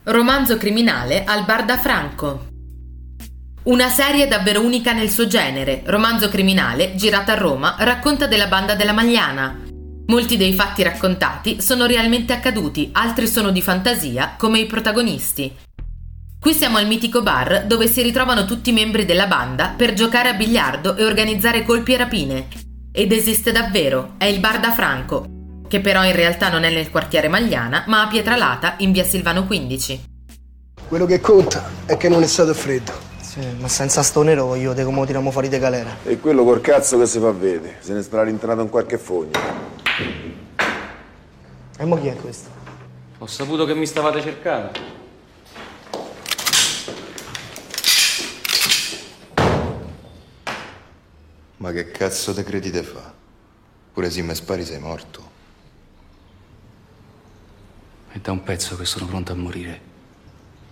Romanzo criminale al bar da Franco. Una serie davvero unica nel suo genere, romanzo criminale, girata a Roma, racconta della banda della Magliana. Molti dei fatti raccontati sono realmente accaduti, altri sono di fantasia, come i protagonisti. Qui siamo al mitico bar dove si ritrovano tutti i membri della banda per giocare a biliardo e organizzare colpi e rapine. Ed esiste davvero, è il bar da Franco, che però in realtà non è nel quartiere Magliana, ma a Pietralata, in via Silvano 15. Quello che conta è che non è stato freddo. Sì, ma senza sto nero voglio vedere come tiriamo fuori de galera. E quello col cazzo che si fa vedere, se ne sarà rintranato in qualche fogna. E mo chi è questo? Ho saputo che mi stavate cercando. Ma che cazzo te credi te fa? Pure se mi spari sei morto. È da un pezzo che sono pronto a morire.